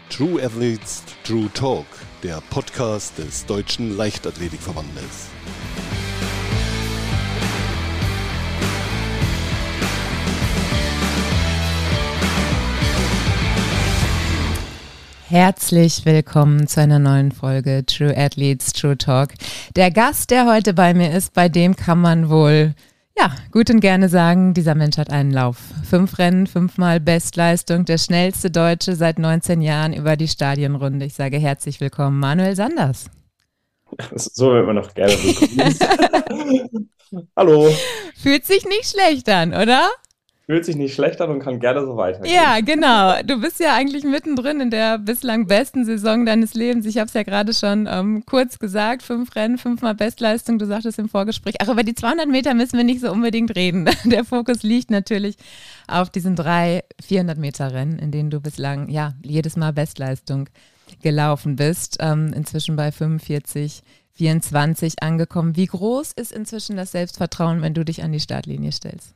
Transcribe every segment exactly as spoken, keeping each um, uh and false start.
True Athletes, True Talk, der Podcast des Deutschen Leichtathletikverbandes. Herzlich willkommen zu einer neuen Folge True Athletes, True Talk. Der Gast, der heute bei mir ist, bei dem kann man wohl, ja, gut und gerne sagen, dieser Mensch hat einen Lauf. Fünf Rennen, fünfmal Bestleistung, der schnellste Deutsche seit neunzehn Jahren über die Stadionrunde. Ich sage herzlich willkommen, Manuel Sanders. So wird man noch gerne willkommen. Hallo. Fühlt sich nicht schlecht an, oder? Fühlt sich nicht schlecht an und kann gerne so weitergehen. Ja, genau. Du bist ja eigentlich mittendrin in der bislang besten Saison deines Lebens. Ich habe es ja gerade schon ähm, kurz gesagt. Fünf Rennen, fünfmal Bestleistung. Du sagtest im Vorgespräch, ach, über die zweihundert Meter müssen wir nicht so unbedingt reden. Der Fokus liegt natürlich auf diesen drei vierhundert Meter Rennen, in denen du bislang ja jedes Mal Bestleistung gelaufen bist. Ähm, inzwischen bei fünfundvierzig vierundzwanzig angekommen. Wie groß ist inzwischen das Selbstvertrauen, wenn du dich an die Startlinie stellst?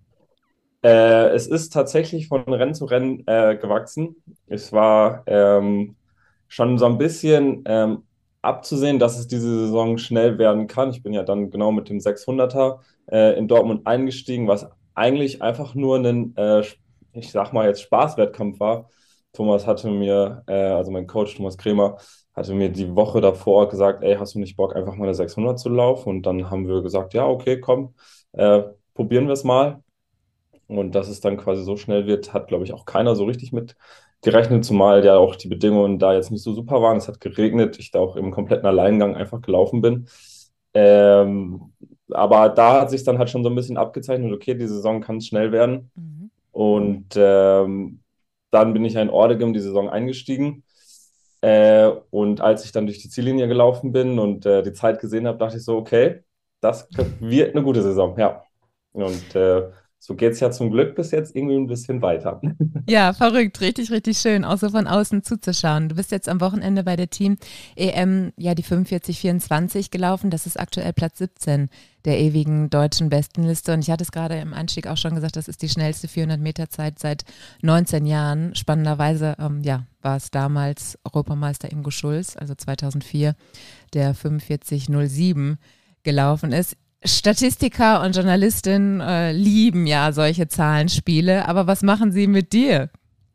Äh, es ist tatsächlich von Rennen zu Rennen äh, gewachsen. Es war ähm, schon so ein bisschen ähm, abzusehen, dass es diese Saison schnell werden kann. Ich bin ja dann genau mit dem sechshunderter äh, in Dortmund eingestiegen, was eigentlich einfach nur ein, äh, ich sag mal jetzt Spaßwettkampf war. Thomas hatte mir, äh, also mein Coach Thomas Kremer, hatte mir die Woche davor gesagt, ey, hast du nicht Bock, einfach mal eine sechshundert zu laufen? Und dann haben wir gesagt, ja, okay, komm, äh, probieren wir es mal. Und dass es dann quasi so schnell wird, hat, glaube ich, auch keiner so richtig mit gerechnet, zumal ja auch die Bedingungen da jetzt nicht so super waren. Es hat geregnet, ich da auch im kompletten Alleingang einfach gelaufen bin. Ähm, aber da hat sich dann halt schon so ein bisschen abgezeichnet, okay, die Saison kann schnell werden. Mhm. Und ähm, dann bin ich ja in Ordegem die Saison eingestiegen. Äh, und als ich dann durch die Ziellinie gelaufen bin und äh, die Zeit gesehen habe, dachte ich so, okay, das wird eine gute Saison, ja. Und äh, so geht es ja zum Glück bis jetzt irgendwie ein bisschen weiter. Ja, verrückt, richtig, richtig schön, auch so von außen zuzuschauen. Du bist jetzt am Wochenende bei der Team-E M ja die fünfundvierzig vierundzwanzig gelaufen. Das ist aktuell Platz siebzehn der ewigen deutschen Bestenliste. Und ich hatte es gerade im Einstieg auch schon gesagt, das ist die schnellste vierhundert Meter Zeit seit neunzehn Jahren. Spannenderweise ähm, ja, war es damals Europameister Ingo Schulz, also zweitausendvier, der fünfundvierzig null sieben gelaufen ist. Statistiker und Journalistinnen äh, lieben ja solche Zahlenspiele, aber was machen sie mit dir?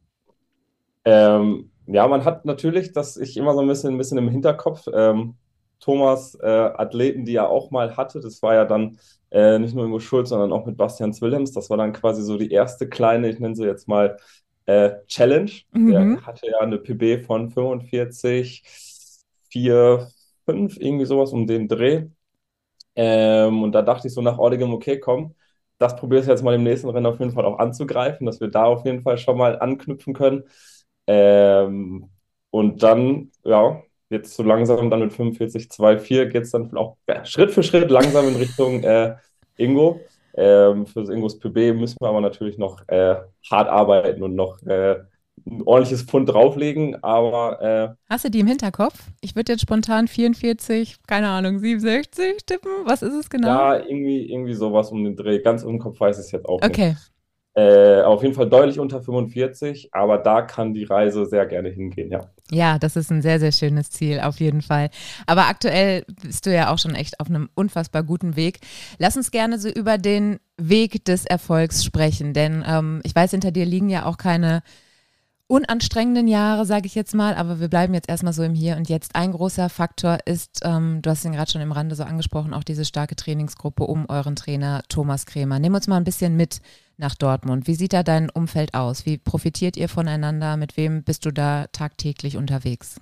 Ähm, ja, man hat natürlich, dass ich immer so ein bisschen, ein bisschen im Hinterkopf, ähm, Thomas äh, Athleten, die er auch mal hatte, das war ja dann äh, nicht nur Ingo Schulz, sondern auch mit Bastian Zwillems, das war dann quasi so die erste kleine, ich nenne sie jetzt mal äh, Challenge. Mhm. Der hatte ja eine P B von fünfundvierzig vier fünf, irgendwie sowas um den Dreh. Ähm, und da dachte ich so nach Ordegem, okay, komm, das probierst du jetzt mal im nächsten Rennen auf jeden Fall auch anzugreifen, dass wir da auf jeden Fall schon mal anknüpfen können. Ähm, und dann, ja, jetzt so langsam dann mit fünfundvierzig zwei vier geht es dann auch ja, Schritt für Schritt langsam in Richtung äh, Ingo. Ähm, für Ingos P B müssen wir aber natürlich noch äh, hart arbeiten und noch äh, ein ordentliches Pfund drauflegen, aber... Äh, Hast du die im Hinterkopf? Ich würde jetzt spontan vierundvierzig, keine Ahnung, siebenundsechzig tippen. Was ist es genau? Ja, irgendwie, irgendwie sowas um den Dreh. Ganz im Kopf weiß ich es jetzt auch okay. nicht. Äh, auf jeden Fall deutlich unter fünfundvierzig, aber da kann die Reise sehr gerne hingehen, ja. Ja, das ist ein sehr, sehr schönes Ziel, auf jeden Fall. Aber aktuell bist du ja auch schon echt auf einem unfassbar guten Weg. Lass uns gerne so über den Weg des Erfolgs sprechen, denn ähm, ich weiß, hinter dir liegen ja auch keine unanstrengenden Jahre, sage ich jetzt mal, aber wir bleiben jetzt erstmal so im Hier und Jetzt. Ein großer Faktor ist, ähm, du hast ihn gerade schon im Rande so angesprochen, auch diese starke Trainingsgruppe um euren Trainer Thomas Kremer. Nimm uns mal ein bisschen mit nach Dortmund. Wie sieht da dein Umfeld aus? Wie profitiert ihr voneinander? Mit wem bist du da tagtäglich unterwegs?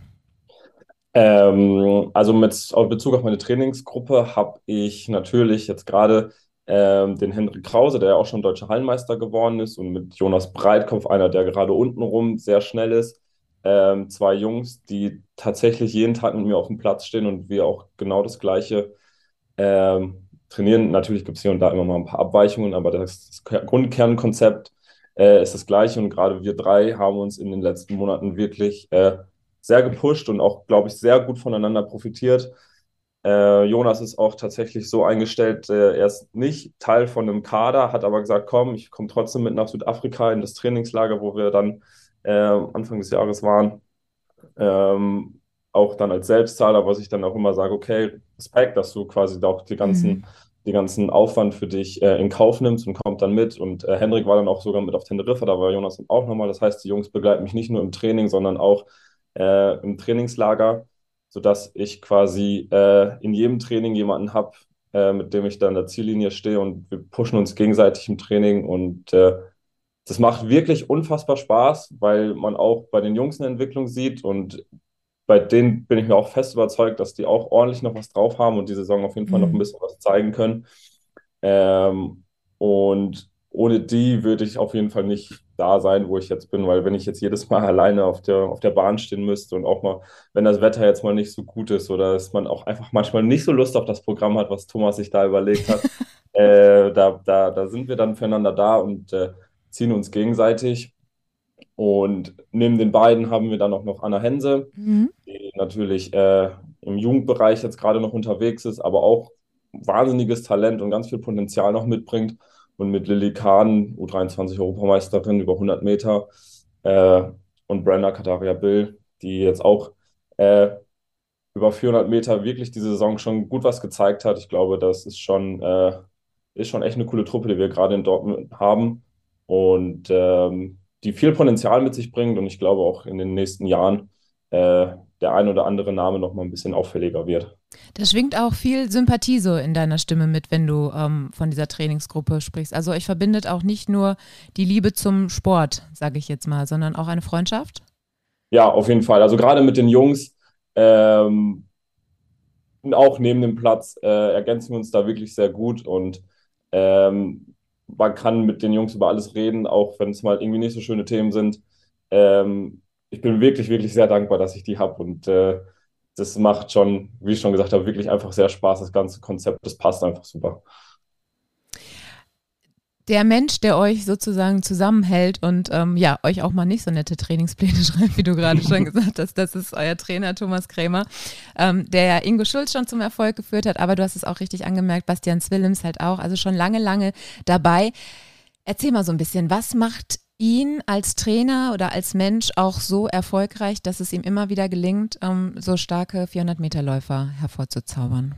Ähm, also mit Bezug auf meine Trainingsgruppe habe ich natürlich jetzt gerade ähm, den Hendrik Krause, der ja auch schon deutscher Hallenmeister geworden ist, und mit Jonas Breitkopf, einer, der gerade untenrum sehr schnell ist. Ähm, zwei Jungs, die tatsächlich jeden Tag mit mir auf dem Platz stehen und wir auch genau das Gleiche ähm, trainieren. Natürlich gibt es hier und da immer mal ein paar Abweichungen, aber das, das Grundkernkonzept äh, ist das Gleiche, und gerade wir drei haben uns in den letzten Monaten wirklich äh, sehr gepusht und auch, glaube ich, sehr gut voneinander profitiert. Äh, Jonas ist auch tatsächlich so eingestellt, äh, er ist nicht Teil von einem Kader, hat aber gesagt, komm, ich komme trotzdem mit nach Südafrika in das Trainingslager, wo wir dann äh, Anfang des Jahres waren. Ähm, auch dann als Selbstzahler, was ich dann auch immer sage, okay, Respekt, dass du quasi da auch die Mhm. ganzen, die ganzen Aufwand für dich äh, in Kauf nimmst und kommt dann mit. Und äh, Hendrik war dann auch sogar mit auf Teneriffa, da war Jonas dann auch nochmal. Das heißt, die Jungs begleiten mich nicht nur im Training, sondern auch äh, im Trainingslager, sodass ich quasi äh, in jedem Training jemanden habe, äh, mit dem ich dann an der Ziellinie stehe und wir pushen uns gegenseitig im Training und äh, das macht wirklich unfassbar Spaß, weil man auch bei den Jungs eine Entwicklung sieht und bei denen bin ich mir auch fest überzeugt, dass die auch ordentlich noch was drauf haben und die Saison auf jeden Fall noch ein Mhm. bisschen was zeigen können. Ähm, und ohne die würde ich auf jeden Fall nicht da sein, wo ich jetzt bin, weil wenn ich jetzt jedes Mal alleine auf der, auf der Bahn stehen müsste und auch mal, wenn das Wetter jetzt mal nicht so gut ist oder dass man auch einfach manchmal nicht so Lust auf das Programm hat, was Thomas sich da überlegt hat, äh, da, da, da sind wir dann füreinander da und äh, ziehen uns gegenseitig. Und neben den beiden haben wir dann auch noch Anna Hense, Mhm. die natürlich äh, im Jugendbereich jetzt gerade noch unterwegs ist, aber auch wahnsinniges Talent und ganz viel Potenzial noch mitbringt. Und mit Lilly Kahn, U dreiundzwanzig-Europameisterin über hundert Meter, äh, und Brenda Kataria Bill, die jetzt auch äh, über vierhundert Meter wirklich diese Saison schon gut was gezeigt hat. Ich glaube, das ist schon, äh, ist schon echt eine coole Truppe, die wir gerade in Dortmund haben und ähm, die viel Potenzial mit sich bringt. Und ich glaube auch in den nächsten Jahren äh, der ein oder andere Name noch mal ein bisschen auffälliger wird. Da schwingt auch viel Sympathie so in deiner Stimme mit, wenn du ähm, von dieser Trainingsgruppe sprichst. Also euch verbindet auch nicht nur die Liebe zum Sport, sage ich jetzt mal, sondern auch eine Freundschaft. Ja, auf jeden Fall. Also gerade mit den Jungs, ähm, auch neben dem Platz, äh, ergänzen wir uns da wirklich sehr gut und ähm, man kann mit den Jungs über alles reden, auch wenn es mal irgendwie nicht so schöne Themen sind. Ähm, ich bin wirklich, wirklich sehr dankbar, dass ich die habe und äh, das macht schon, wie ich schon gesagt habe, wirklich einfach sehr Spaß, das ganze Konzept, das passt einfach super. Der Mensch, der euch sozusagen zusammenhält und ähm, ja, euch auch mal nicht so nette Trainingspläne schreibt, wie du gerade schon gesagt hast, das ist euer Trainer Thomas Krämer, ähm, der ja Ingo Schulz schon zum Erfolg geführt hat, aber du hast es auch richtig angemerkt, Bastian Zwillems halt auch, also schon lange, lange dabei. Erzähl mal so ein bisschen, was macht ihn als Trainer oder als Mensch auch so erfolgreich, dass es ihm immer wieder gelingt, ähm, so starke vierhundert-Meter-Läufer hervorzuzaubern?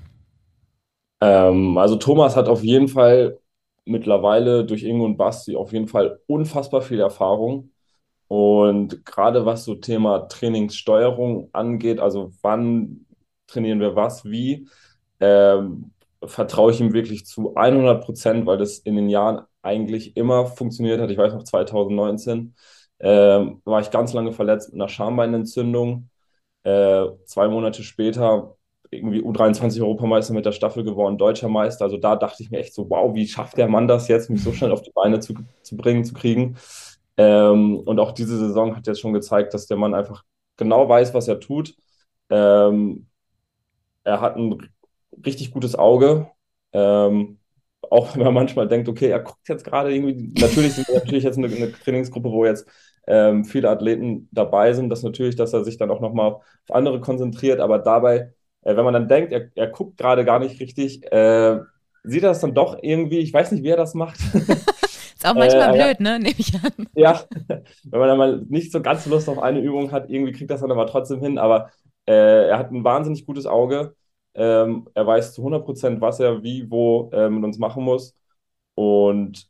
Ähm, also Thomas hat auf jeden Fall mittlerweile durch Ingo und Basti auf jeden Fall unfassbar viel Erfahrung. Und gerade was so Thema Trainingssteuerung angeht, also wann trainieren wir was, wie, ähm, vertraue ich ihm wirklich zu hundert Prozent, weil das in den Jahren eigentlich immer funktioniert hat. Ich weiß noch, zwanzig neunzehn ähm, war ich ganz lange verletzt mit einer Schambeinentzündung. Äh, zwei Monate später irgendwie U dreiundzwanzig-Europameister mit der Staffel geworden, deutscher Meister. Also da dachte ich mir echt so, wow, wie schafft der Mann das jetzt, mich so schnell auf die Beine zu, zu bringen, zu kriegen. Ähm, und auch diese Saison hat jetzt schon gezeigt, dass der Mann einfach genau weiß, was er tut. Ähm, Er hat ein richtig gutes Auge. Ähm, Auch wenn man manchmal denkt, okay, er guckt jetzt gerade irgendwie, natürlich sind wir natürlich jetzt eine, eine Trainingsgruppe, wo jetzt ähm, viele Athleten dabei sind, das natürlich, dass er sich dann auch nochmal auf andere konzentriert, aber dabei, äh, wenn man dann denkt, er, er guckt gerade gar nicht richtig, äh, sieht er das dann doch irgendwie, ich weiß nicht, wie er das macht. Ist auch manchmal äh, ja, blöd, ne? Nehme ich an. ja, wenn man dann mal nicht so ganz Lust auf eine Übung hat, irgendwie kriegt das dann aber trotzdem hin. Aber äh, er hat ein wahnsinnig gutes Auge. Ähm, er weiß zu hundert Prozent, was er wie, wo äh, mit uns machen muss. Und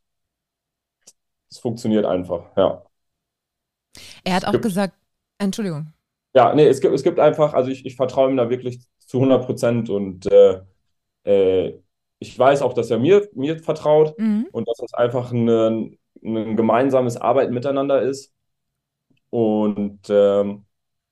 es funktioniert einfach, ja. Er hat Es auch gibt, gesagt, Entschuldigung. ja, nee, es gibt, es gibt einfach, also ich, ich vertraue ihm da wirklich zu hundert Prozent und äh, äh, ich weiß auch, dass er mir, mir vertraut Mhm. und dass es einfach ein, ein gemeinsames Arbeiten miteinander ist. Und ähm,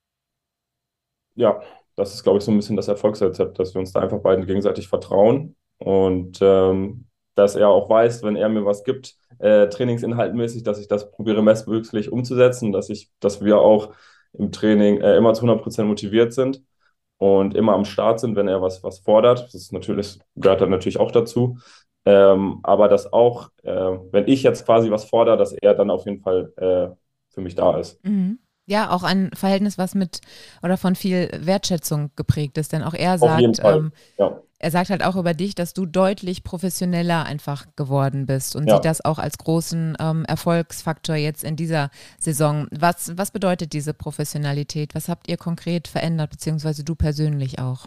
ja, das ist, glaube ich, so ein bisschen das Erfolgsrezept, dass wir uns da einfach beiden gegenseitig vertrauen und ähm, dass er auch weiß, wenn er mir was gibt, äh, trainingsinhaltmäßig, dass ich das probiere bestmöglich umzusetzen, dass ich, dass wir auch im Training äh, immer zu hundert Prozent motiviert sind und immer am Start sind, wenn er was, was fordert. Das ist natürlich, gehört dann natürlich auch dazu. Ähm, aber dass auch, äh, wenn ich jetzt quasi was fordere, dass er dann auf jeden Fall äh, für mich da ist. Mhm. Ja, auch ein Verhältnis, was mit oder von viel Wertschätzung geprägt ist. Denn auch er Auf jeden sagt, Fall. ähm, Ja, er sagt halt auch über dich, dass du deutlich professioneller einfach geworden bist und sieht ja. das auch als großen ähm, Erfolgsfaktor jetzt in dieser Saison. Was, was bedeutet diese Professionalität? Was habt ihr konkret verändert, beziehungsweise du persönlich auch?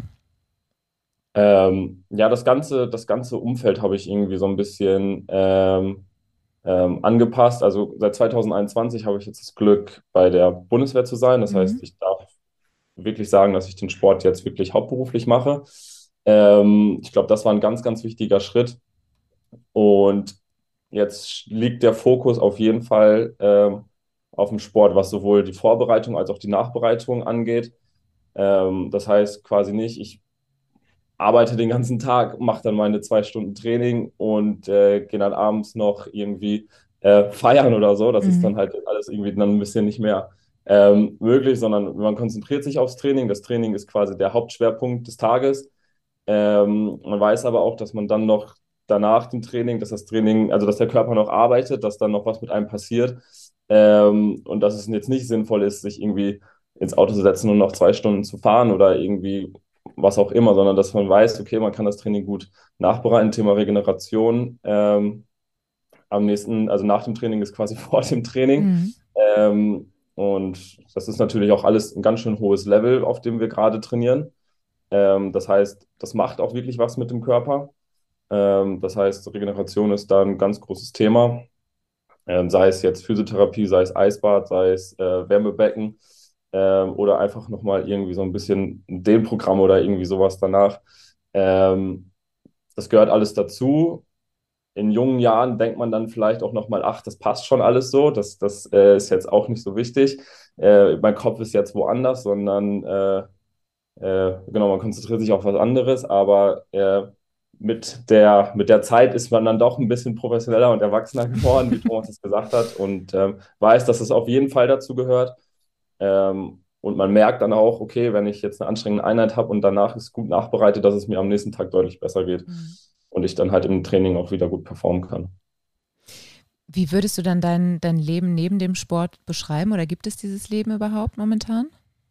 Ähm, ja, das ganze, das ganze Umfeld habe ich irgendwie so ein bisschen ähm, ähm, angepasst. Also seit zwanzig einundzwanzig habe ich jetzt das Glück, bei der Bundeswehr zu sein. Das Mhm. heißt, ich darf wirklich sagen, dass ich den Sport jetzt wirklich hauptberuflich mache. Ähm, ich glaube, das war ein ganz, ganz wichtiger Schritt. Und jetzt liegt der Fokus auf jeden Fall ähm, auf dem Sport, was sowohl die Vorbereitung als auch die Nachbereitung angeht. Ähm, das heißt quasi nicht, ich arbeite den ganzen Tag, mache dann meine zwei Stunden Training und äh, gehe dann abends noch irgendwie äh, feiern oder so. Das ist Mhm. dann halt alles irgendwie dann ein bisschen nicht mehr ähm, möglich, sondern man konzentriert sich aufs Training. Das Training ist quasi der Hauptschwerpunkt des Tages. Ähm, man weiß aber auch, dass man dann noch danach dem Training, dass das Training, also dass der Körper noch arbeitet, dass dann noch was mit einem passiert ähm, und dass es jetzt nicht sinnvoll ist, sich irgendwie ins Auto zu setzen und noch zwei Stunden zu fahren oder irgendwie was auch immer, sondern dass man weiß, okay, man kann das Training gut nachbereiten. Thema Regeneration. Ähm, am nächsten, also nach dem Training ist quasi vor dem Training. Mhm. Ähm, und das ist natürlich auch alles ein ganz schön hohes Level, auf dem wir gerade trainieren. Ähm, das heißt, das macht auch wirklich was mit dem Körper. Ähm, das heißt, Regeneration ist da ein ganz großes Thema. Ähm, sei es jetzt Physiotherapie, sei es Eisbad, sei es äh, Wärmebecken ähm, oder einfach nochmal irgendwie so ein bisschen ein Dehnprogramm oder irgendwie sowas danach. Ähm, das gehört alles dazu. In jungen Jahren denkt man dann vielleicht auch nochmal, ach, das passt schon alles so, das, das äh, ist jetzt auch nicht so wichtig. Äh, mein Kopf ist jetzt woanders, sondern äh, äh, genau, man konzentriert sich auf was anderes, aber äh, mit der, mit der Zeit ist man dann doch ein bisschen professioneller und erwachsener geworden, wie Thomas es gesagt hat, und ähm, weiß, dass es auf jeden Fall dazu gehört. Ähm, und man merkt dann auch, okay, wenn ich jetzt eine anstrengende Einheit habe und danach ist gut nachbereitet, dass es mir am nächsten Tag deutlich besser geht Mhm. und ich dann halt im Training auch wieder gut performen kann. Wie würdest du dann dein, dein Leben neben dem Sport beschreiben oder gibt es dieses Leben überhaupt momentan?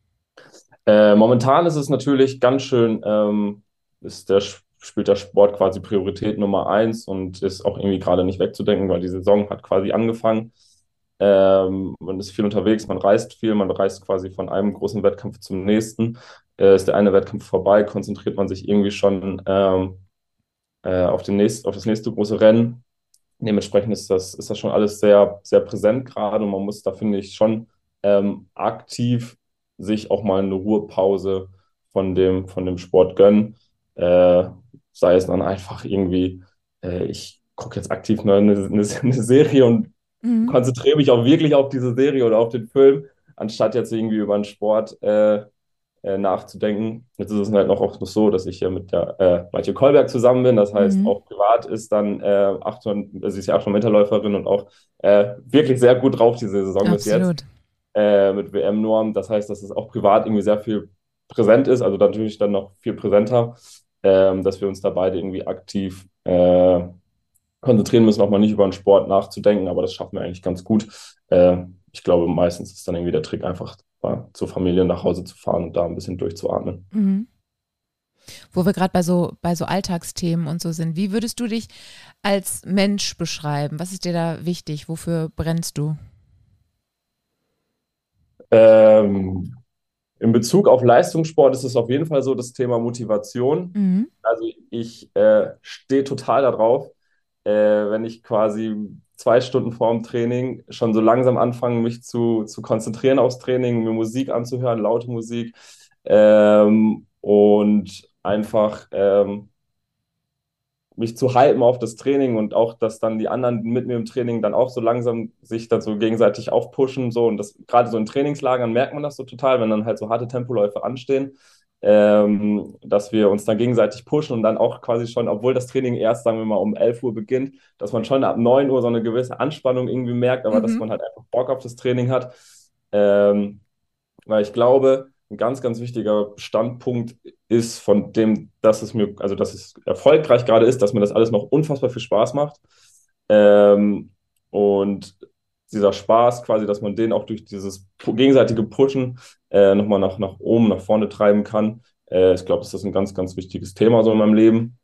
Äh, momentan ist es natürlich ganz schön, ähm, ist der, spielt der Sport quasi Priorität Nummer eins und ist auch irgendwie gerade nicht wegzudenken, weil die Saison hat quasi angefangen. Ähm, man ist viel unterwegs, man reist viel, man reist quasi von einem großen Wettkampf zum nächsten. Äh, ist der eine Wettkampf vorbei, konzentriert man sich irgendwie schon ähm, äh, auf den nächst, auf das nächste große Rennen. Dementsprechend ist das, ist das schon alles sehr, sehr präsent gerade und man muss da, finde ich, schon ähm, aktiv sich auch mal eine Ruhepause von dem, von dem Sport gönnen. Äh, sei es dann einfach irgendwie, äh, ich gucke jetzt aktiv eine, eine, eine Serie und Mhm. konzentriere mich auch wirklich auf diese Serie oder auf den Film, anstatt jetzt irgendwie über einen Sport äh, äh, nachzudenken. Jetzt ist es halt noch auch noch so, dass ich hier mit der äh, Maike Kolberg zusammen bin. Das heißt, Mhm. auch privat ist dann äh, achthundert, also sie ist ja achthundert-Meter-Läuferin und auch äh, wirklich sehr gut drauf diese Saison bis jetzt Absolut. äh, mit W M-Norm. Das heißt, dass es auch privat irgendwie sehr viel präsent ist, also natürlich dann noch viel präsenter, ähm, dass wir uns da beide irgendwie aktiv äh, konzentrieren müssen, auch mal nicht über den Sport nachzudenken, aber das schaffen wir eigentlich ganz gut. Äh, ich glaube, meistens ist dann irgendwie der Trick, einfach mal zur Familie nach Hause zu fahren und da ein bisschen durchzuatmen. Mhm. Wo wir gerade bei so, bei so Alltagsthemen und so sind, wie würdest du dich als Mensch beschreiben? Was ist dir da wichtig? Wofür brennst du? Ähm, in Bezug auf Leistungssport ist es auf jeden Fall so das Thema Motivation. Mhm. Also ich äh, stehe total darauf, äh, wenn ich quasi zwei Stunden vorm Training schon so langsam anfange, mich zu, zu konzentrieren aufs Training, mir Musik anzuhören, laute Musik ähm, und einfach ähm, mich zu hypen auf das Training und auch, dass dann die anderen mit mir im Training dann auch so langsam sich dann so gegenseitig aufpushen. So. Und das gerade so in Trainingslagern merkt man das so total, wenn dann halt so harte Tempoläufe anstehen, ähm, dass wir uns dann gegenseitig pushen und dann auch quasi schon, obwohl das Training erst, sagen wir mal, um elf Uhr beginnt, dass man schon ab neun Uhr so eine gewisse Anspannung irgendwie merkt, aber dass Mhm. man halt einfach Bock auf das Training hat. Ähm, weil ich glaube, ein ganz, ganz wichtiger Standpunkt ist von dem, dass es mir, also dass es erfolgreich gerade ist, dass mir das alles noch unfassbar viel Spaß macht. Ähm, und dieser Spaß quasi, dass man den auch durch dieses gegenseitige Pushen äh, nochmal nach, nach oben, nach vorne treiben kann. Äh, ich glaube, das ist ein ganz, ganz wichtiges Thema so in meinem Leben.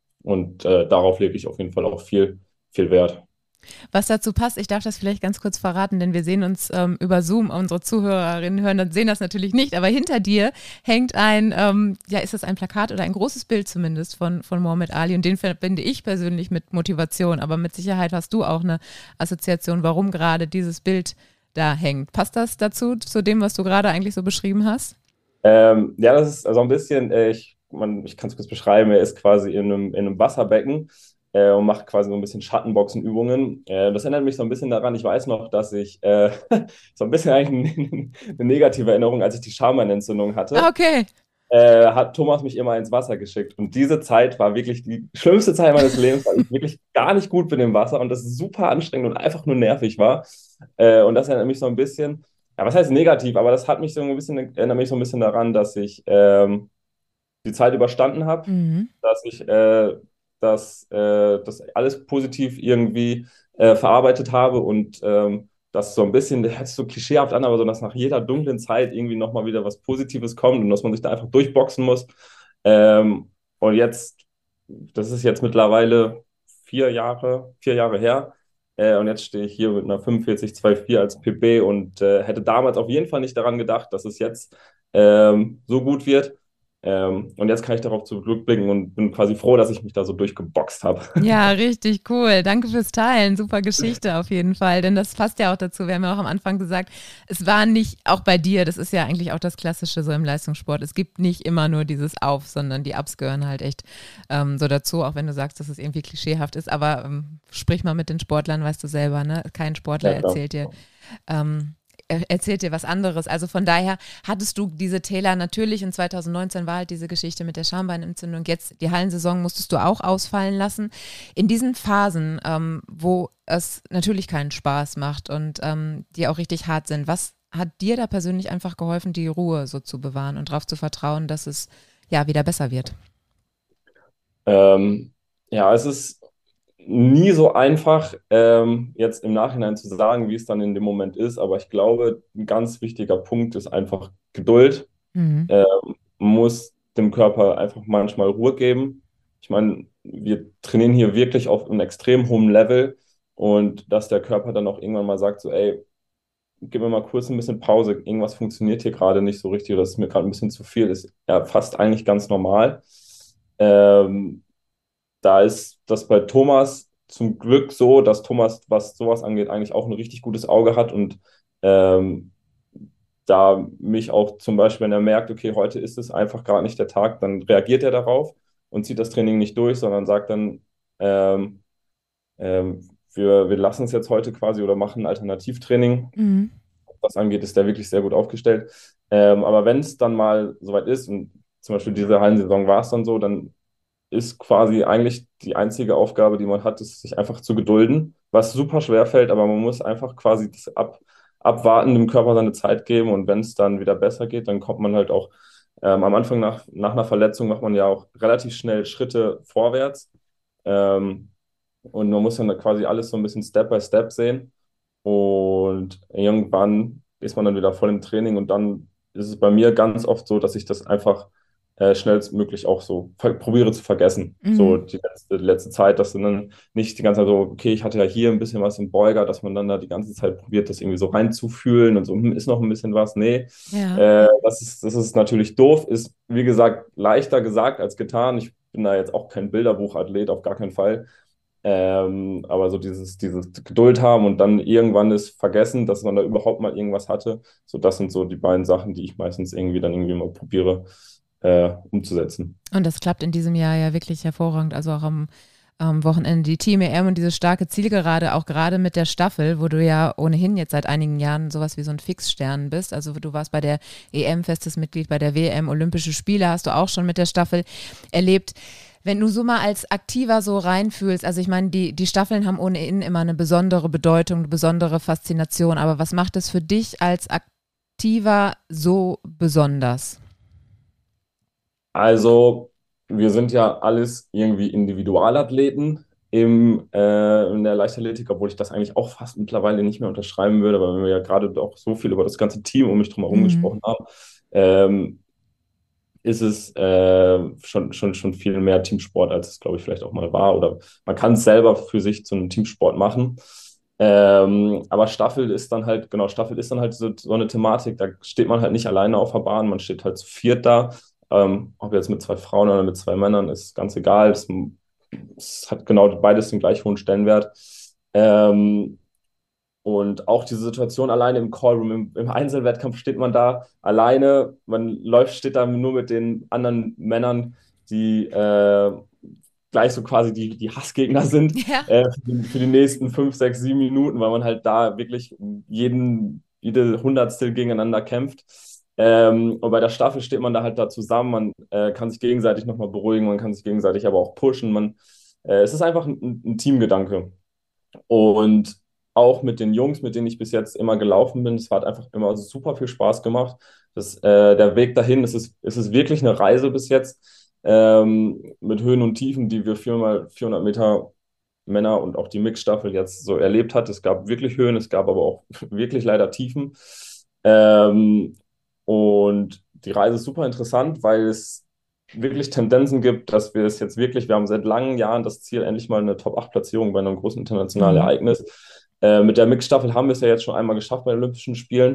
Und äh, darauf lege ich auf jeden Fall auch viel, viel Wert. Was dazu passt, ich darf das vielleicht ganz kurz verraten, denn wir sehen uns ähm, über Zoom, unsere Zuhörerinnen hören und sehen das natürlich nicht, aber hinter dir hängt ein, ähm, ja, ist das ein Plakat oder ein großes Bild zumindest von, von Muhammad Ali und den verbinde ich persönlich mit Motivation, aber mit Sicherheit hast du auch eine Assoziation, warum gerade dieses Bild da hängt. Passt das dazu, zu dem, was du gerade eigentlich so beschrieben hast? Ähm, ja, das ist also ein bisschen, äh, ich, man, ich kann es kurz beschreiben, er ist quasi in einem, in einem Wasserbecken äh, und macht quasi so ein bisschen Schattenboxenübungen. Äh, das erinnert mich so ein bisschen daran, ich weiß noch, dass ich äh, so ein bisschen eigentlich eine, eine negative Erinnerung, als ich die Schambeinentzündung hatte, Okay. äh, hat Thomas mich immer ins Wasser geschickt. Und diese Zeit war wirklich die schlimmste Zeit meines Lebens, weil ich wirklich gar nicht gut bin im Wasser und das super anstrengend und einfach nur nervig war. Äh, und das erinnert mich so ein bisschen, ja, was heißt negativ, aber das hat mich so ein bisschen, erinnert mich so ein bisschen daran, dass ich ähm, die Zeit überstanden habe, Mhm. dass ich äh, das, äh, das alles positiv irgendwie äh, verarbeitet habe und ähm, das so ein bisschen, das hört sich so klischeehaft an, aber so, dass nach jeder dunklen Zeit irgendwie nochmal wieder was Positives kommt und dass man sich da einfach durchboxen muss. Ähm, und jetzt, das ist jetzt mittlerweile vier Jahre, vier Jahre her. Äh, und jetzt stehe ich hier mit einer fünfundvierzig Komma vierundzwanzig als P B und äh, hätte damals auf jeden Fall nicht daran gedacht, dass es jetzt ähm, so gut wird. Ähm, und jetzt kann ich darauf zurückblicken und bin quasi froh, dass ich mich da so durchgeboxt habe. Ja, richtig cool. Danke fürs Teilen. Super Geschichte auf jeden Fall. Denn das passt ja auch dazu. Wir haben ja auch am Anfang gesagt, es war nicht, auch bei dir, das ist ja eigentlich auch das Klassische so im Leistungssport. Es gibt nicht immer nur dieses Auf, sondern die Ups gehören halt echt ähm, so dazu, auch wenn du sagst, dass es irgendwie klischeehaft ist. Aber ähm, sprich mal mit den Sportlern, weißt du selber, ne? Kein Sportler Ja, klar. erzählt dir. Ähm, er erzählt dir was anderes. Also von daher hattest du diese Täler natürlich und zwanzig neunzehn war halt diese Geschichte mit der Schambeinentzündung. Jetzt die Hallensaison musstest du auch ausfallen lassen. In diesen Phasen, ähm, wo es natürlich keinen Spaß macht und ähm, die auch richtig hart sind, was hat dir da persönlich einfach geholfen, die Ruhe so zu bewahren und darauf zu vertrauen, dass es ja wieder besser wird? Ähm, ja, es ist nie so einfach, ähm, jetzt im Nachhinein zu sagen, wie es dann in dem Moment ist, aber ich glaube, ein ganz wichtiger Punkt ist einfach Geduld. Mhm. Ähm, man muss dem Körper einfach manchmal Ruhe geben. Ich meine, wir trainieren hier wirklich auf einem extrem hohen Level und dass der Körper dann auch irgendwann mal sagt, so, ey, gib mir mal kurz ein bisschen Pause, irgendwas funktioniert hier gerade nicht so richtig oder das ist mir gerade ein bisschen zu viel, ist ja fast eigentlich ganz normal. Ähm, Da ist das bei Thomas zum Glück so, dass Thomas, was sowas angeht, eigentlich auch ein richtig gutes Auge hat und ähm, da mich auch zum Beispiel, wenn er merkt, okay, heute ist es einfach gerade nicht der Tag, dann reagiert er darauf und zieht das Training nicht durch, sondern sagt dann, ähm, ähm, wir, wir lassen es jetzt heute quasi oder machen ein Alternativtraining. Mhm. Was das angeht, ist der wirklich sehr gut aufgestellt. Ähm, aber wenn es dann mal soweit ist und zum Beispiel diese Hallensaison war es dann so, dann ist quasi eigentlich die einzige Aufgabe, die man hat, ist, sich einfach zu gedulden, was super schwer fällt, aber man muss einfach quasi das ab, abwarten, dem Körper seine Zeit geben und wenn es dann wieder besser geht, dann kommt man halt auch ähm, am Anfang nach, nach einer Verletzung macht man ja auch relativ schnell Schritte vorwärts ähm, und man muss dann quasi alles so ein bisschen Step by Step sehen und irgendwann ist man dann wieder voll im Training und dann ist es bei mir ganz oft so, dass ich das einfach äh, schnellstmöglich auch so ver probiere zu vergessen. So Mhm. die letzte, die letzte Zeit, dass du dann nicht die ganze Zeit so, okay, ich hatte ja hier ein bisschen was im Beuger, dass man dann da die ganze Zeit probiert, das irgendwie so reinzufühlen und so, hm, ist noch ein bisschen was. Nee, Ja. äh, das ist, das ist natürlich doof, ist wie gesagt leichter gesagt als getan. Ich bin da jetzt auch kein Bilderbuchathlet, auf gar keinen Fall. Ähm, aber so dieses, dieses Geduld haben und dann irgendwann ist vergessen, dass man da überhaupt mal irgendwas hatte. So, das sind so die beiden Sachen, die ich meistens irgendwie dann irgendwie mal probiere äh, umzusetzen. Und das klappt in diesem Jahr ja wirklich hervorragend. Also auch am, am Wochenende die Team E M und diese starke Zielgerade, auch gerade mit der Staffel, wo du ja ohnehin jetzt seit einigen Jahren sowas wie so ein Fixstern bist. Also du warst bei der E M festes Mitglied, bei der W M Olympische Spiele hast du auch schon mit der Staffel erlebt. Wenn du so mal als Aktiver so reinfühlst, also ich meine, die, die Staffeln haben ohnehin immer eine besondere Bedeutung, eine besondere Faszination, aber was macht es für dich als Aktiver so besonders? Also, wir sind ja alles irgendwie Individualathleten. im, äh, in der Leichtathletik, obwohl ich das eigentlich auch fast mittlerweile nicht mehr unterschreiben würde, weil wir ja gerade auch so viel über das ganze Team um mich drum herum Mhm. gesprochen haben, ähm, ist es äh, schon, schon, schon viel mehr Teamsport, als es, glaube ich, vielleicht auch mal war. Oder man kann es selber für sich zu einem Teamsport machen. Ähm, aber Staffel ist dann halt, genau, Staffel ist dann halt so, so eine Thematik, da steht man halt nicht alleine auf der Bahn, man steht halt zu viert da. Ähm, ob jetzt mit zwei Frauen oder mit zwei Männern, ist ganz egal. Es, es hat genau beides den gleich hohen Stellenwert. Ähm, und auch diese Situation alleine im Callroom, im, im Einzelwettkampf steht man da alleine, man läuft, steht da nur mit den anderen Männern, die äh, gleich so quasi die, die Hassgegner sind Ja. äh, für, die, für die nächsten fünf, sechs, sieben Minuten, weil man halt da wirklich jeden, jede Hundertstel gegeneinander kämpft. Ähm, und bei der Staffel steht man da halt da zusammen, man äh, kann sich gegenseitig nochmal beruhigen, man kann sich gegenseitig aber auch pushen. Man, äh, es ist einfach ein, ein Teamgedanke. Und auch mit den Jungs, mit denen ich bis jetzt immer gelaufen bin, es hat einfach immer super viel Spaß gemacht. Das, äh, der Weg dahin, es ist, es ist wirklich eine Reise bis jetzt, ähm, mit Höhen und Tiefen, die wir viermal vierhundert Meter Männer und auch die Mixstaffel jetzt so erlebt hat. Es gab wirklich Höhen, es gab aber auch wirklich leider Tiefen. Ähm, und die Reise ist super interessant, weil es wirklich Tendenzen gibt, dass wir es jetzt wirklich, wir haben seit langen Jahren das Ziel, endlich mal eine top acht platzierung bei einem großen internationalen Mhm. Ereignis. Äh, mit der Mixstaffel haben wir es ja jetzt schon einmal geschafft bei den Olympischen Spielen,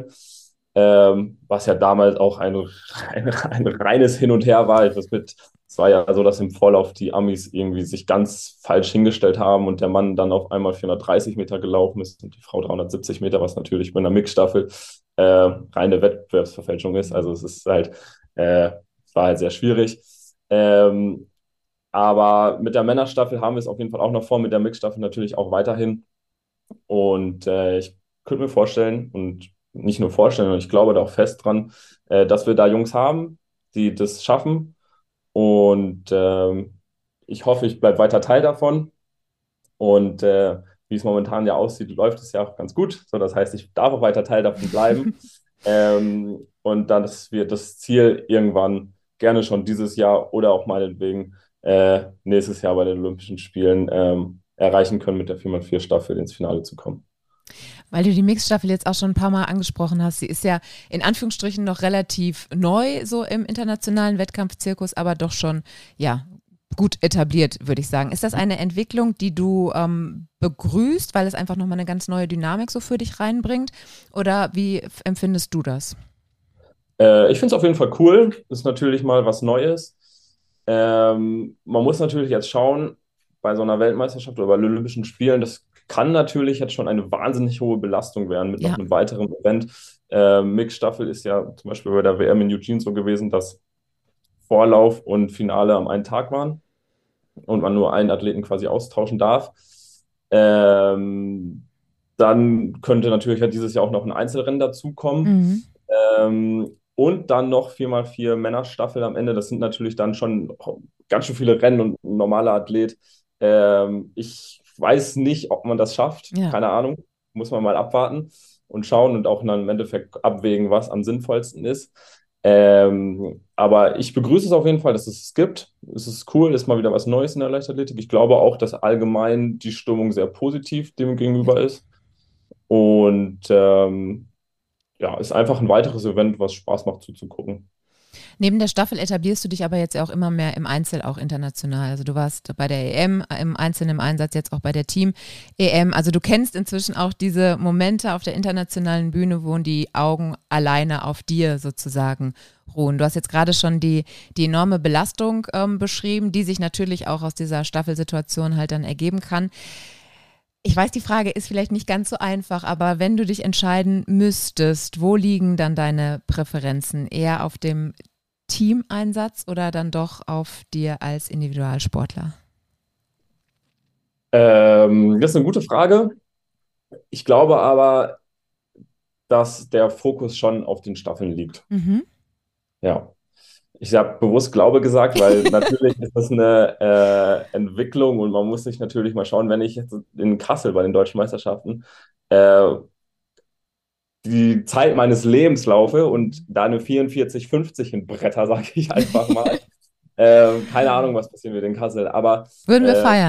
ähm, was ja damals auch ein, ein, ein reines Hin und Her war. Das mit, es war ja so, dass im Vorlauf die Amis irgendwie sich ganz falsch hingestellt haben und der Mann dann auf einmal vierhundertdreißig Meter gelaufen ist und die Frau dreihundertsiebzig Meter, was natürlich bei einer Mixstaffel äh, reine Wettbewerbsverfälschung ist. Also es ist halt, äh, war halt sehr schwierig. Ähm, aber mit der Männerstaffel haben wir es auf jeden Fall auch noch vor, mit der Mixstaffel natürlich auch weiterhin. Und äh, ich könnte mir vorstellen und nicht nur vorstellen, sondern ich glaube da auch fest dran, äh, dass wir da Jungs haben, die das schaffen. Und ähm, ich hoffe, ich bleibe weiter Teil davon. Und äh, wie es momentan ja aussieht, läuft es ja auch ganz gut. So, das heißt, ich darf auch weiter Teil davon bleiben. Ähm, und dann, dass wir das Ziel irgendwann gerne schon dieses Jahr oder auch meinetwegen äh, nächstes Jahr bei den Olympischen Spielen ähm, erreichen können, mit der vier mal vier Staffel ins Finale zu kommen. Weil du die Mixstaffel jetzt auch schon ein paar Mal angesprochen hast. Sie ist ja in Anführungsstrichen noch relativ neu so im internationalen Wettkampfzirkus, aber doch schon, ja, gut etabliert, würde ich sagen. Ist das eine Entwicklung, die du ähm, begrüßt, weil es einfach nochmal eine ganz neue Dynamik so für dich reinbringt? Oder wie f- empfindest du das? Äh, ich finde es auf jeden Fall cool. Ist natürlich mal was Neues. Ähm, man muss natürlich jetzt schauen, bei so einer Weltmeisterschaft oder bei Olympischen Spielen, das kann natürlich jetzt schon eine wahnsinnig hohe Belastung werden mit noch Ja. einem weiteren Event. Äh, Mixstaffel ist ja zum Beispiel bei der W M in Eugene so gewesen, dass Vorlauf und Finale am einen Tag waren und man nur einen Athleten quasi austauschen darf. Ähm, Dann könnte natürlich halt dieses Jahr auch noch ein Einzelrennen dazukommen. Mhm. Ähm, und dann noch vier mal vier Männerstaffel am Ende. Das sind natürlich dann schon ganz schön viele Rennen und ein normaler Athlet. Ähm, ich weiß nicht, ob man das schafft. Ja. Keine Ahnung. Muss man mal abwarten und schauen und auch dann im Endeffekt abwägen, was am sinnvollsten ist. Ähm, aber ich begrüße es auf jeden Fall, dass es es gibt. Es ist cool, ist mal wieder was Neues in der Leichtathletik. Ich glaube auch, dass allgemein die Stimmung sehr positiv dem Ja. gegenüber ist. Und ähm, ja, ist einfach ein weiteres Event, was Spaß macht zuzugucken. Neben der Staffel etablierst du dich aber jetzt auch immer mehr im Einzel, auch international. Also du warst bei der E M im Einzelnen im Einsatz, jetzt auch bei der Team-E M. Also du kennst inzwischen auch diese Momente auf der internationalen Bühne, wo die Augen alleine auf dir sozusagen ruhen. Du hast jetzt gerade schon die, die enorme Belastung ähm, beschrieben, die sich natürlich auch aus dieser Staffelsituation halt dann ergeben kann. Ich weiß, die Frage ist vielleicht nicht ganz so einfach, aber wenn du dich entscheiden müsstest, wo liegen dann deine Präferenzen? Eher auf dem Teameinsatz oder dann doch auf dir als Individualsportler? Ähm, das ist eine gute Frage. Ich glaube aber, dass der Fokus schon auf den Staffeln liegt. Mhm. Ja. Ich habe bewusst Glaube gesagt, weil natürlich ist das eine äh, Entwicklung und man muss sich natürlich mal schauen, wenn ich jetzt in Kassel bei den deutschen Meisterschaften äh, die Zeit meines Lebens laufe und da eine vierundvierzig fünfzig in Bretter, sage ich einfach mal. Äh, keine Ahnung, was passieren wird in Kassel, aber Würden wir äh, feiern.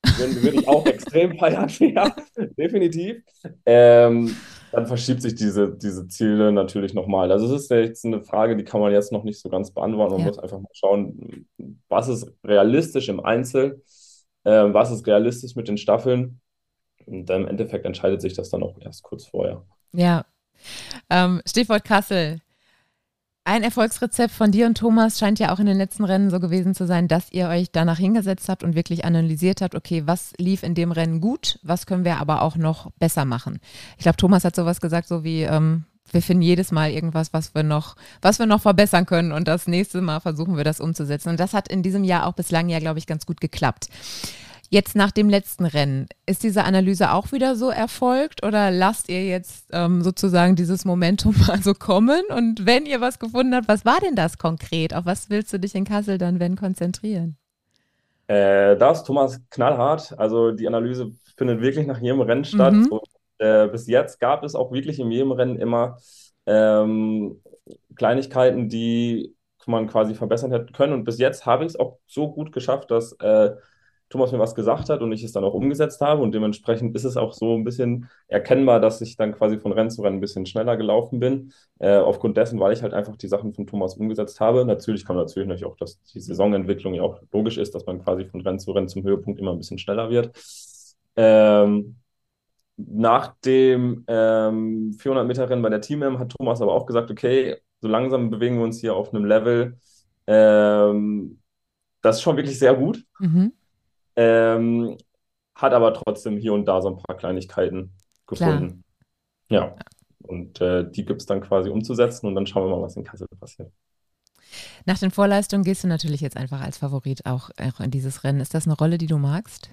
Würde, würde ich auch extrem feiern, ja, definitiv. Ähm, dann verschiebt sich diese, diese Ziele natürlich nochmal. Also es ist ja jetzt eine Frage, die kann man jetzt noch nicht so ganz beantworten. Man Ja. muss einfach mal schauen, was ist realistisch im Einzel, äh, was ist realistisch mit den Staffeln. Und dann im Endeffekt entscheidet sich das dann auch erst kurz vorher. Ja. Ähm, Stichwort Kassel. Ein Erfolgsrezept von dir und Thomas scheint ja auch in den letzten Rennen so gewesen zu sein, dass ihr euch danach hingesetzt habt und wirklich analysiert habt, okay, was lief in dem Rennen gut, was können wir aber auch noch besser machen. Ich glaube, Thomas hat sowas gesagt, so wie, ähm, wir finden jedes Mal irgendwas, was wir noch, was wir noch verbessern können und das nächste Mal versuchen wir das umzusetzen. Und das hat in diesem Jahr auch bislang ja, glaube ich, ganz gut geklappt. Jetzt nach dem letzten Rennen, ist diese Analyse auch wieder so erfolgt oder lasst ihr jetzt ähm, sozusagen dieses Momentum mal so kommen? Und wenn ihr was gefunden habt, was war denn das konkret? Auf was willst du dich in Kassel dann, wenn, konzentrieren? Äh, da ist Thomas knallhart. Also die Analyse findet wirklich nach jedem Rennen statt. Mhm. Und äh, bis jetzt gab es auch wirklich in jedem Rennen immer ähm, Kleinigkeiten, die man quasi verbessern hätte können. Und bis jetzt habe ich es auch so gut geschafft, dass äh, Thomas mir was gesagt hat und ich es dann auch umgesetzt habe. Und dementsprechend ist es auch so ein bisschen erkennbar, dass ich dann quasi von Rennen zu Rennen ein bisschen schneller gelaufen bin. Äh, aufgrund dessen, weil ich halt einfach die Sachen von Thomas umgesetzt habe. Natürlich kann man natürlich natürlich auch, dass die Saisonentwicklung ja auch logisch ist, dass man quasi von Rennen zu Rennen zum Höhepunkt immer ein bisschen schneller wird. Ähm, nach dem ähm, vierhundert Meter Rennen bei der Team-M hat Thomas aber auch gesagt, okay, so langsam bewegen wir uns hier auf einem Level, ähm, das ist schon wirklich sehr gut, Mhm. ähm, hat aber trotzdem hier und da so ein paar Kleinigkeiten Klar. gefunden. Ja, und äh, die gibt es dann quasi umzusetzen und dann schauen wir mal, was in Kassel passiert. Nach den Vorleistungen gehst du natürlich jetzt einfach als Favorit auch, auch in dieses Rennen. Ist das eine Rolle, die du magst?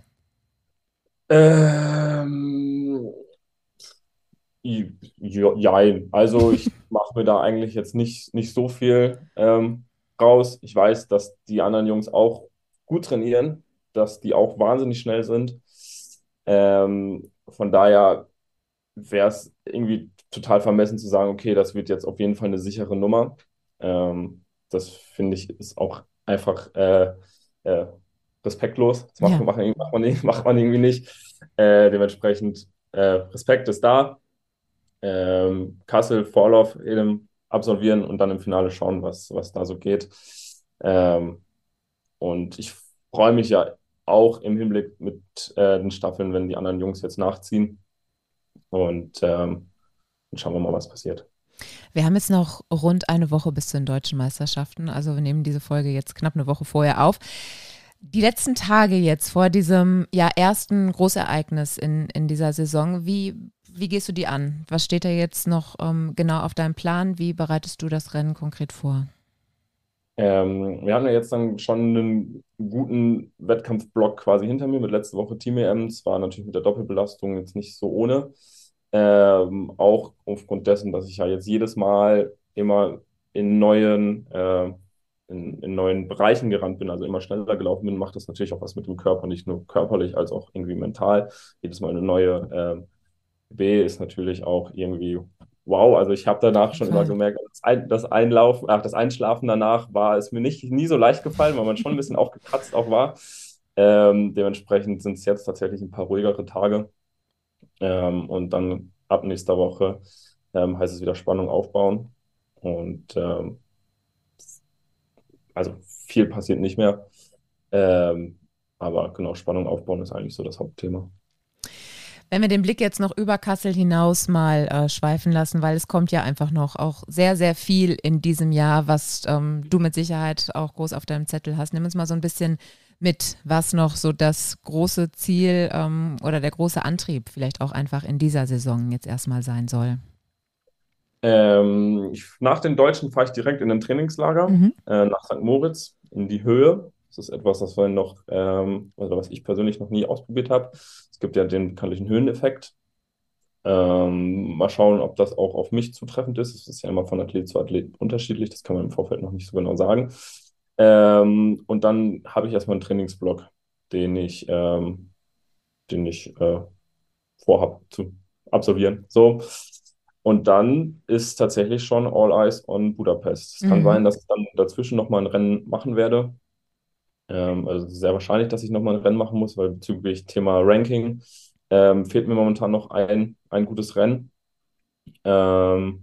Ähm, I- ja, jein. Also ich mache mir da eigentlich jetzt nicht, nicht so viel ähm, raus. Ich weiß, dass die anderen Jungs auch gut trainieren, dass die auch wahnsinnig schnell sind. Ähm, von daher wäre es irgendwie total vermessen zu sagen, okay, das wird jetzt auf jeden Fall eine sichere Nummer. Ähm, das finde ich ist auch einfach äh, äh, respektlos. Das macht, Ja. macht, man, macht, man, macht man irgendwie nicht. Äh, dementsprechend äh, Respekt ist da. Ähm, Kassel, Vorlauf eben absolvieren und dann im Finale schauen, was, was da so geht. Ähm, und ich freue mich ja auch im Hinblick mit äh, den Staffeln, wenn die anderen Jungs jetzt nachziehen. Und ähm, dann schauen wir mal, was passiert. Wir haben jetzt noch rund eine Woche bis zu den deutschen Meisterschaften. Also wir nehmen diese Folge jetzt knapp eine Woche vorher auf. Die letzten Tage jetzt vor diesem ja, ersten Großereignis in, in dieser Saison, wie, wie gehst du die an? Was steht da jetzt noch ähm, genau auf deinem Plan? Wie bereitest du das Rennen konkret vor? Ähm, wir haben ja jetzt dann schon einen guten Wettkampfblock quasi hinter mir mit letzte Woche Team-E M. Zwar natürlich mit der Doppelbelastung jetzt nicht so ohne. Ähm, auch aufgrund dessen, dass ich ja jetzt jedes Mal immer in neuen, äh, in, in neuen Bereichen gerannt bin, also immer schneller gelaufen bin, macht das natürlich auch was mit dem Körper, nicht nur körperlich, als auch irgendwie mental. Jedes Mal eine neue ähm, B ist natürlich auch irgendwie wow. Also ich habe Auf danach jeden schon immer Fall. gemerkt, das, Ein das Einlaufen, ach, das Einschlafen danach war es mir nicht nie so leicht gefallen, weil man schon ein bisschen auch gekratzt auch war. Ähm, dementsprechend sind es jetzt tatsächlich ein paar ruhigere Tage. Ähm, und dann ab nächster Woche ähm, heißt es wieder Spannung aufbauen. Und ähm, also viel passiert nicht mehr. Ähm, aber genau, Spannung aufbauen ist eigentlich so das Hauptthema. Wenn wir den Blick jetzt noch über Kassel hinaus mal äh, schweifen lassen, weil es kommt ja einfach noch auch sehr, sehr viel in diesem Jahr, was ähm, du mit Sicherheit auch groß auf deinem Zettel hast. Nimm uns mal so ein bisschen mit, was noch so das große Ziel ähm, oder der große Antrieb vielleicht auch einfach in dieser Saison jetzt erstmal sein soll. Ähm, ich, nach den Deutschen fahre ich direkt in ein Trainingslager Mhm. äh, nach Sankt Moritz in die Höhe. Das ist etwas, was wir noch, ähm, also was ich persönlich noch nie ausprobiert habe. Es gibt ja den bekanntlichen Höheneffekt. Ähm, mal schauen, ob das auch auf mich zutreffend ist. Das ist ja immer von Athlet zu Athlet unterschiedlich. Das kann man im Vorfeld noch nicht so genau sagen. Ähm, und dann habe ich erstmal einen Trainingsblock, den ich, ähm, den ich äh, vorhabe zu absolvieren. So. Und dann ist tatsächlich schon All Eyes on Budapest. Es kann Mhm. sein, dass ich dann dazwischen nochmal ein Rennen machen werde. Ähm, also sehr wahrscheinlich, dass ich nochmal ein Rennen machen muss, weil bezüglich Thema Ranking ähm, fehlt mir momentan noch ein, ein gutes Rennen. Ähm,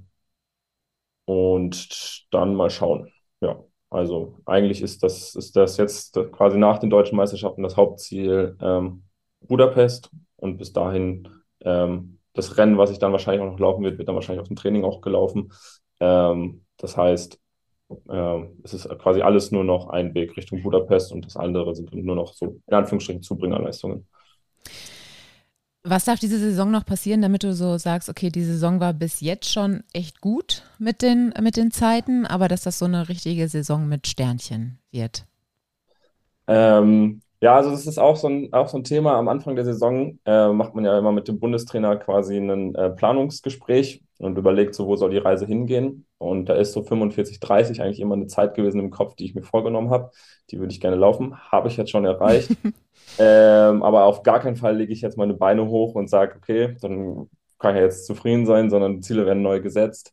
und dann mal schauen. Ja, also eigentlich ist das, ist das jetzt quasi nach den deutschen Meisterschaften das Hauptziel ähm, Budapest und bis dahin ähm, das Rennen, was ich dann wahrscheinlich auch noch laufen wird, wird dann wahrscheinlich auf dem Training auch gelaufen. Ähm, das heißt, ähm, es ist quasi alles nur noch ein Weg Richtung Budapest und das andere sind nur noch so in Anführungsstrichen Zubringerleistungen. Was darf diese Saison noch passieren, damit du so sagst, okay, die Saison war bis jetzt schon echt gut mit den, mit den Zeiten, aber dass das so eine richtige Saison mit Sternchen wird? Ähm, ja, also das ist auch so ein, auch so ein Thema. Am Anfang der Saison äh, macht man ja immer mit dem Bundestrainer quasi ein äh, Planungsgespräch und überlegt so, wo soll die Reise hingehen. Und da ist so fünfundvierzig dreißig eigentlich immer eine Zeit gewesen im Kopf, die ich mir vorgenommen habe. Die würde ich gerne laufen. Habe ich jetzt schon erreicht. Ähm, aber auf gar keinen Fall lege ich jetzt meine Beine hoch und sage, okay, dann kann ich ja jetzt zufrieden sein, sondern die Ziele werden neu gesetzt.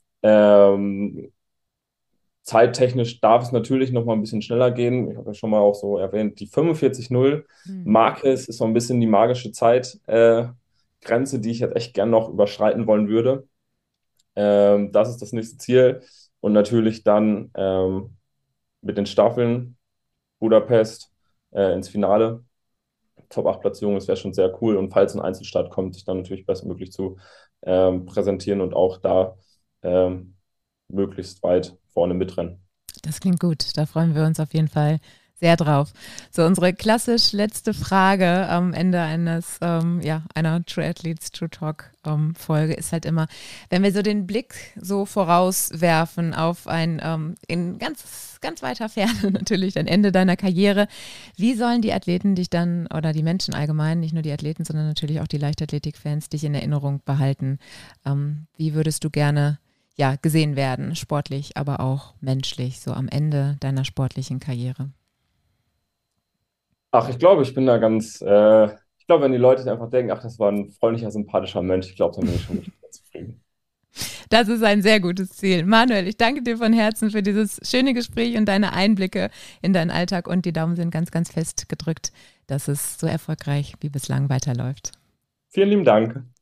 Ähm, Zeittechnisch darf es natürlich noch mal ein bisschen schneller gehen. Ich habe ja schon mal auch so erwähnt, die fünfundvierzig null Mhm. Marke ist, ist so ein bisschen die magische Zeitgrenze, äh, Grenze, die ich jetzt echt gern noch überschreiten wollen würde. Ähm, das ist das nächste Ziel. Und natürlich dann ähm, mit den Staffeln Budapest äh, ins Finale. Top acht Platzierung, das wäre schon sehr cool. Und falls ein Einzelstart kommt, sich dann natürlich bestmöglich zu ähm, präsentieren und auch da ähm, möglichst weit vorne mitrennen. Das klingt gut, da freuen wir uns auf jeden Fall sehr drauf. So, unsere klassisch letzte Frage am Ende eines, ähm, ja, einer True Athletes True Talk ähm, Folge ist halt immer, wenn wir so den Blick so vorauswerfen auf ein, ähm, in ganz, ganz weiter Ferne natürlich ein Ende deiner Karriere, wie sollen die Athleten dich dann oder die Menschen allgemein, nicht nur die Athleten, sondern natürlich auch die Leichtathletik-Fans dich in Erinnerung behalten? Ähm, wie würdest du gerne ja, gesehen werden, sportlich, aber auch menschlich, so am Ende deiner sportlichen Karriere? Ach, ich glaube, ich bin da ganz, äh, ich glaube, wenn die Leute einfach denken, ach, das war ein freundlicher, sympathischer Mensch, ich glaube, dann bin ich schon richtig zufrieden. Das ist ein sehr gutes Ziel. Manuel, ich danke dir von Herzen für dieses schöne Gespräch und deine Einblicke in deinen Alltag und die Daumen sind ganz, ganz fest gedrückt, dass es so erfolgreich wie bislang weiterläuft. Vielen lieben Dank.